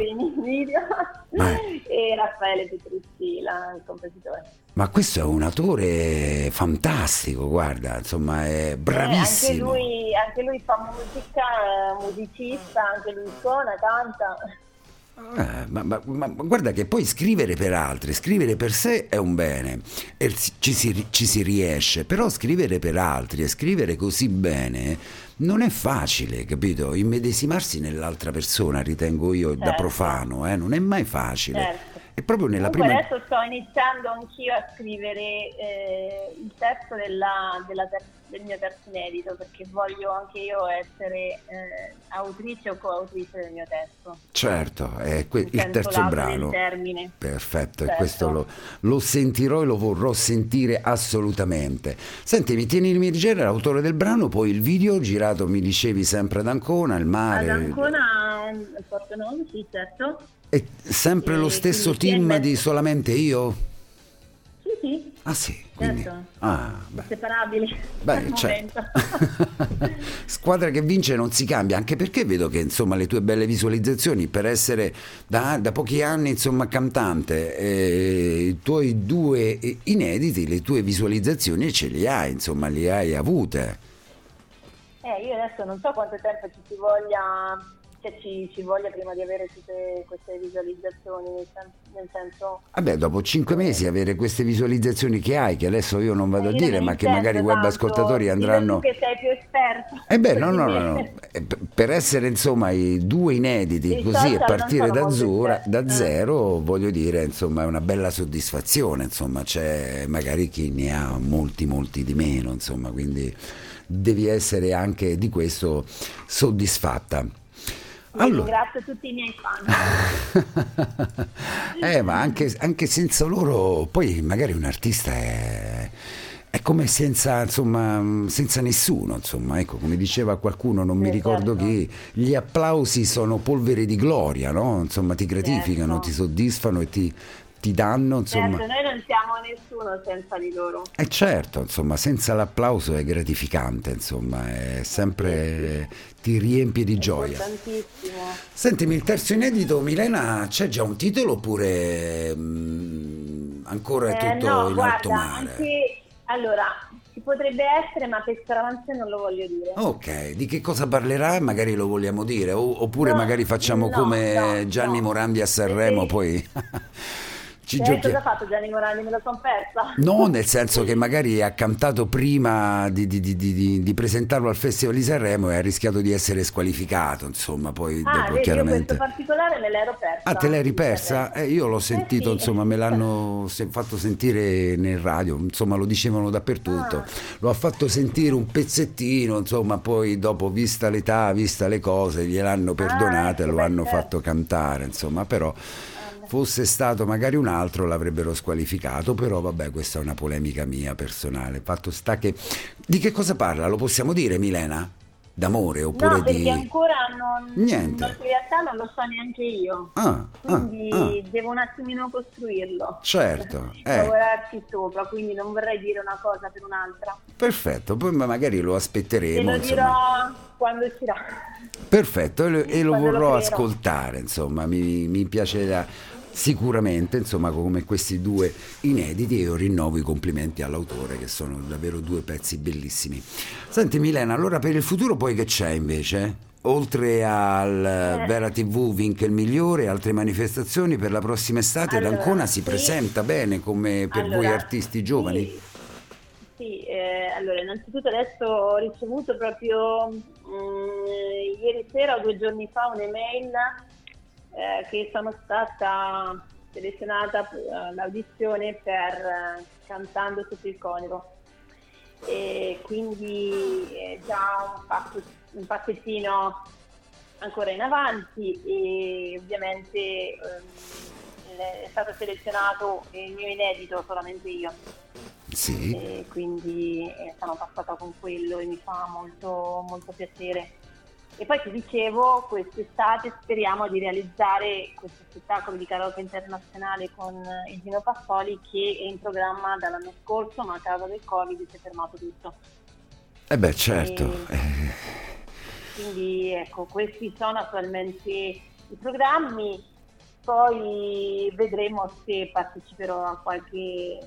E Raffaele Petrucci, il compositore. Ma questo è un autore fantastico, guarda, insomma, è bravissimo. Anche lui fa musica, è musicista, anche lui suona, canta. Ma guarda che poi scrivere per altri, scrivere per sé è un bene e ci si riesce, però scrivere per altri e scrivere così bene non è facile, capito? Immedesimarsi nell'altra persona, ritengo io, da profano, non è mai facile. Certo. È proprio nella Comunque prima... adesso sto iniziando anch'io a scrivere il testo del mio terzo inedito, perché voglio anche io essere autrice o coautrice del mio testo. Certo, è il senso terzo lato brano. del termine. Perfetto, Certo. E questo lo sentirò e lo vorrò sentire assolutamente. Senti, mi tieni in genere l'autore del brano, poi il video girato, mi dicevi, sempre ad Ancona, il mare. Ad Ancona, Porto Novo, sì, certo. È sempre lo stesso quindi team di Solamente io? Sì, sì. Ah sì, quindi... Certo. Beh. Inseparabili. Beh, al certo. momento. Squadra che vince non si cambia, anche perché vedo che insomma le tue belle visualizzazioni, per essere da pochi anni insomma cantante, i tuoi due inediti, le tue visualizzazioni ce li hai, insomma, li hai avute. Io adesso non so quanto tempo ci voglia prima di avere tutte queste visualizzazioni, nel senso... Vabbè, dopo 5 mesi avere queste visualizzazioni che hai, che adesso io non vado a io dire, non ma che intendo magari i web tanto, ascoltatori andranno... Tu che sei più esperto. No. Per essere insomma i due inediti I così e social partire non sono molto da esperti. zero, voglio dire, insomma, è una bella soddisfazione, insomma, c'è magari chi ne ha molti di meno, insomma, quindi devi essere anche di questo soddisfatta. Allora. Ringrazio tutti i miei fan. Ma anche senza loro, poi magari un artista è come senza nessuno, insomma, ecco, come diceva qualcuno, non mi ricordo chi, gli applausi sono polvere di gloria, no? Insomma, ti gratificano, Certo. ti soddisfano e ti danno, insomma. Certo, noi non siamo nessuno senza di loro. Certo, insomma, senza l'applauso è gratificante, insomma, è sempre ti riempie di gioia. Importantissimo. Sentimi, il terzo inedito, Milena, c'è già un titolo oppure ancora è tutto no, in guarda, alto mare? Allora, ci potrebbe essere, ma per speranza non lo voglio dire. Ok, di che cosa parlerà? Magari lo vogliamo dire, oppure magari facciamo come Gianni Morandi a Sanremo, poi ci giochiamo. Cosa ha fatto Gianni Morandi? Me lo son persa. No, nel senso che magari ha cantato prima di presentarlo al Festival di Sanremo e ha rischiato di essere squalificato, insomma, poi dopo vedi, chiaramente... io questo particolare me l'ero persa. Ah, te l'hai ripersa? Io l'ho sentito, sì. insomma, me l'hanno fatto sentire nel radio, insomma, lo dicevano dappertutto. Lo ha fatto sentire un pezzettino, insomma, poi dopo, vista l'età, vista le cose, gliel'hanno perdonato e lo hanno fatto cantare, insomma, però... Fosse stato magari un altro l'avrebbero squalificato, però vabbè, questa è una polemica mia personale. Fatto sta che... Di che cosa parla? Lo possiamo dire, Milena? d'amore oppure No, perché di... ancora Niente. in realtà non lo so neanche io, quindi devo un attimino costruirlo, Certo, lavorarci sopra, quindi non vorrei dire una cosa per un'altra. perfetto, poi magari lo Te aspetteremo, lo insomma. dirò quando uscirà. Perfetto, e lo Quando lo vorrò creerò. ascoltare, insomma, mi piacerà sicuramente, insomma, come questi due inediti, e io rinnovo i complimenti all'autore, che sono davvero due pezzi bellissimi. Senti Milena, allora per il futuro poi che c'è invece? Oltre al Vera TV Vinca il migliore, altre manifestazioni per la prossima estate? Allora, L'Ancona si sì. presenta bene come per voi Allora, artisti giovani? Sì, allora innanzitutto adesso ho ricevuto proprio ieri sera o 2 giorni fa un'email che sono stata selezionata all'audizione per Cantando sotto il conico, e quindi è già un passettino ancora in avanti, e ovviamente è stato selezionato il mio inedito, solamente io. Sì. E quindi sono passata con quello e mi fa molto, molto piacere. E poi ti dicevo, quest'estate speriamo di realizzare questo spettacolo di karaoke internazionale con il Gino Passoli, che è in programma dall'anno scorso, ma a causa del Covid si è fermato tutto. Beh, certo. Quindi ecco, questi sono attualmente i programmi. Poi vedremo se parteciperò a qualche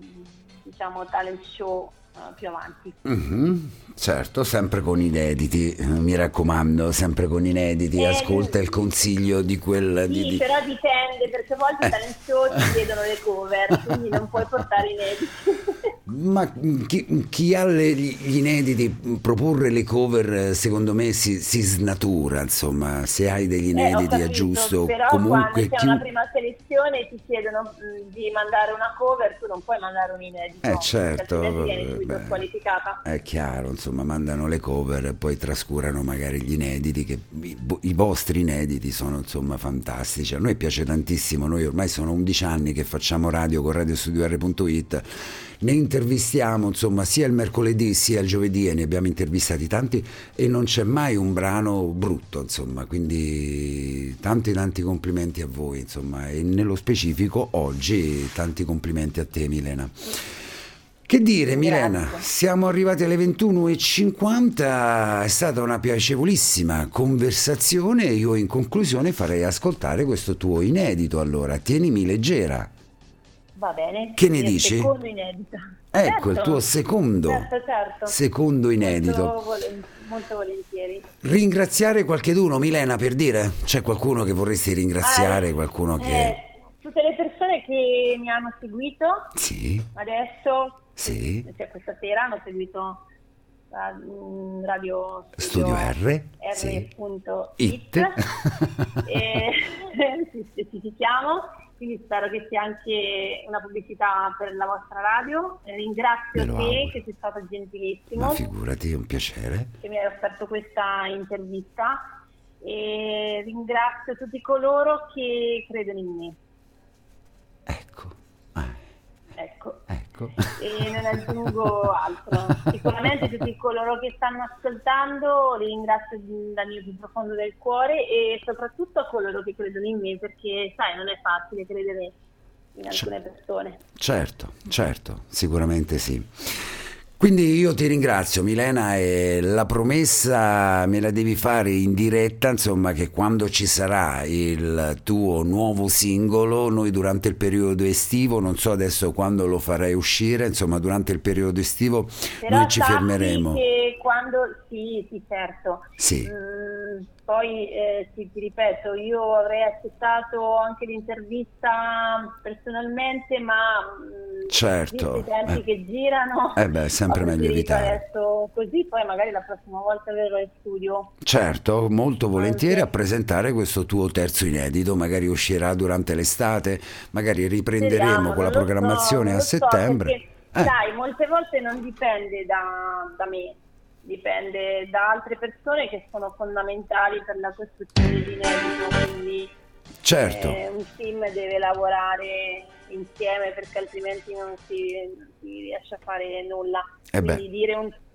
talent show più avanti. Certo, sempre con inediti, mi raccomando, sempre con inediti, ascolta il consiglio di quel... Sì, però dipende, perché a volte i talent show ti chiedono le cover, quindi non puoi portare inediti. Ma chi ha gli inediti, proporre le cover secondo me si snatura, insomma, se hai degli inediti Capito, è giusto, però comunque quando c'è una prima selezione ti chiedono di mandare una cover, tu non puoi mandare un inedito, certo, altrimenti vieni subito squalificata. È chiaro, insomma, mandano le cover e poi trascurano magari gli inediti, che i vostri inediti sono insomma fantastici. A noi piace tantissimo, noi ormai sono 11 anni che facciamo radio con radiostudio.it, ne intervistiamo insomma sia il mercoledì sia il giovedì, e ne abbiamo intervistati tanti e non c'è mai un brano brutto, insomma, quindi tanti complimenti a voi, insomma, e nello specifico oggi tanti complimenti a te Milena. Che dire Milena, siamo arrivati alle 21:50, è stata una piacevolissima conversazione, io in conclusione farei ascoltare questo tuo inedito, allora tienimi leggera. Va bene. Che ne dici? Il secondo inedito. Ecco, Certo. il tuo secondo secondo inedito. Molto volentieri. Ringraziare qualcheduno, Milena, per dire? C'è qualcuno che vorresti ringraziare, qualcuno che... Tutte le persone che mi hanno seguito. Sì. Adesso, sì. Cioè questa sera hanno seguito Radio Studio R. R.it. Ci specifichiamo. Quindi spero che sia anche una pubblicità per la vostra radio. Ringrazio te, che sei stato gentilissimo. Ma figurati, è un piacere. Che mi hai offerto questa intervista, e ringrazio tutti coloro che credono in me. Ecco. E non aggiungo altro. Sicuramente tutti coloro che stanno ascoltando li ringrazio dal mio più profondo del cuore, e soprattutto coloro che credono in me, perché sai, non è facile credere in alcune persone. Certo, sicuramente sì. Quindi io ti ringrazio Milena, e la promessa me la devi fare in diretta, insomma, che quando ci sarà il tuo nuovo singolo, noi durante il periodo estivo, non so adesso quando lo farai uscire, insomma durante il periodo estivo però noi ci fermeremo. Che quando sì, certo. Sì. Poi ti ripeto, io avrei accettato anche l'intervista personalmente, ma certo, i tempi che girano, sempre meglio evitare. Adesso così, poi magari la prossima volta verrò in studio. Certo, molto volentieri a presentare questo tuo terzo inedito, magari uscirà durante l'estate, magari riprenderemo con la programmazione a settembre. Perché, sai, molte volte non dipende da me. Dipende da altre persone che sono fondamentali per la costruzione dell'inedito, quindi certo. Un team deve lavorare insieme, perché altrimenti non si riesce a fare nulla. Quindi dire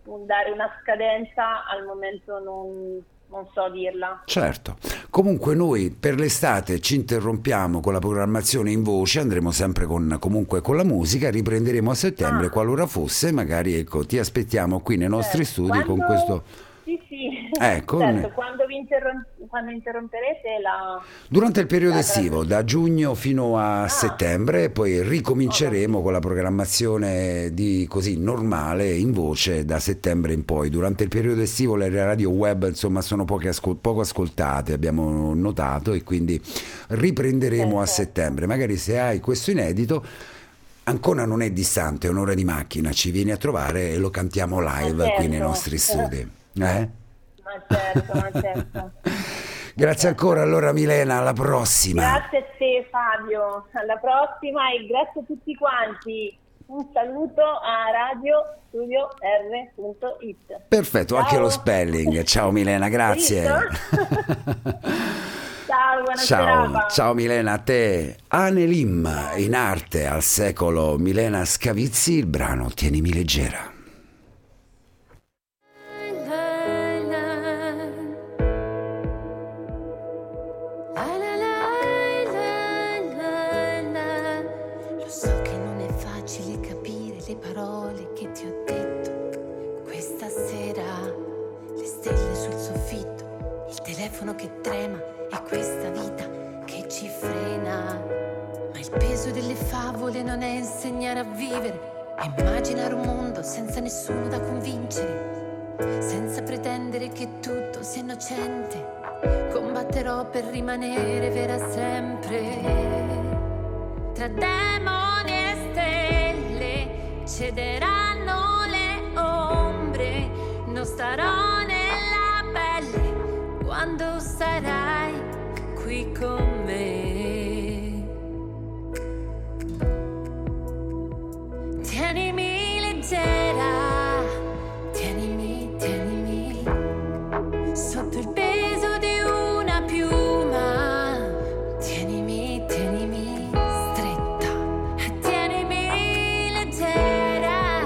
dare una scadenza al momento non so dirla. Certo, comunque noi per l'estate ci interrompiamo con la programmazione in voce, andremo sempre comunque con la musica, riprenderemo a settembre qualora fosse, magari ecco, ti aspettiamo qui nei nostri studi con questo... Sì, ecco, certo, quando interromperete durante il periodo estivo, da giugno fino a settembre, e poi ricominceremo con la programmazione così normale in voce da settembre in poi. Durante il periodo estivo le radio web insomma sono poco ascoltate, abbiamo notato, e quindi riprenderemo a settembre. Magari se hai questo inedito, Ancona non è distante, è un'ora di macchina, ci vieni a trovare e lo cantiamo live qui nei nostri studi. Ma certo. Grazie ancora allora Milena, alla prossima. Grazie a te Fabio, alla prossima e grazie a tutti quanti. Un saluto a radiostudior.it. Perfetto, ciao. Anche lo spelling. Ciao Milena, grazie. Ciao, buona serata. Ciao Milena, a te. Anelim, in arte al secolo Milena Scavizzi, il brano Tienimi leggera. Che trema e questa vita che ci frena, ma il peso delle favole non è insegnare a vivere, è immaginare un mondo senza nessuno da convincere, senza pretendere che tutto sia innocente. Combatterò per rimanere vera sempre, tra demoni e stelle cederanno le ombre, non starò nella pelle quando sarai qui con me. Tienimi leggera, tienimi sotto il peso di una piuma. Tienimi stretta, tienimi leggera,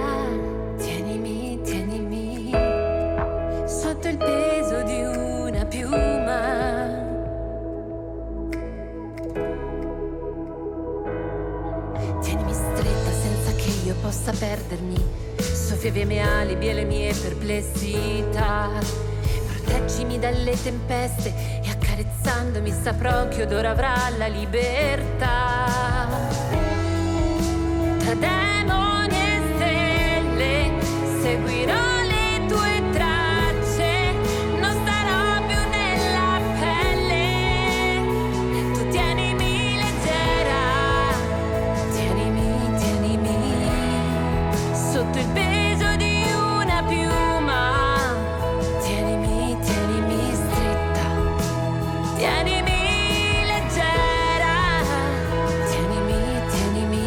tienimi sotto il peso di una piuma. Tienimi stretta senza che io possa perdermi, soffia via i miei alibi e le mie perplessità. Proteggimi dalle tempeste e accarezzandomi saprò che odore avrà la libertà. Tra demoni e stelle seguirò le tue tracce, non starò più nella pelle. Tu tienimi leggera, tienimi sotto il peso di una piuma. Tienimi stretta, tienimi leggera, tienimi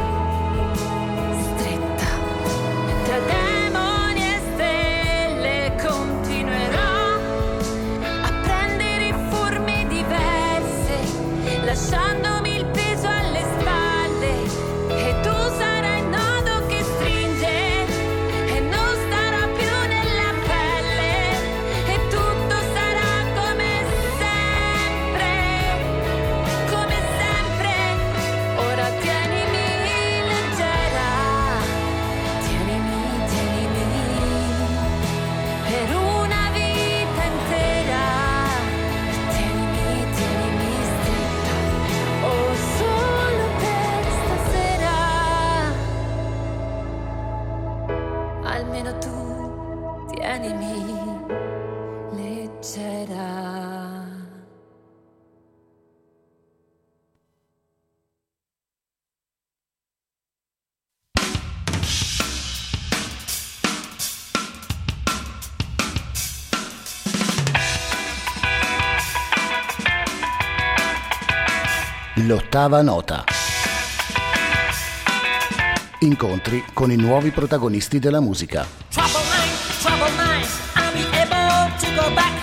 stretta. Tra demoni e stelle continuerò a prendere forme diverse, lasciandomi il peso alle spalle, e tu sarai il nodo che stringe e non starò più nella pelle, e tutto sarà come sempre. Ora tienimi leggera, tienimi per una vita intera. Tienimi stretta, oh solo per stasera. Almeno tu tienimi leggera. L'ottava nota. Incontri con i nuovi protagonisti della musica. Trouble mind, I'm able to go back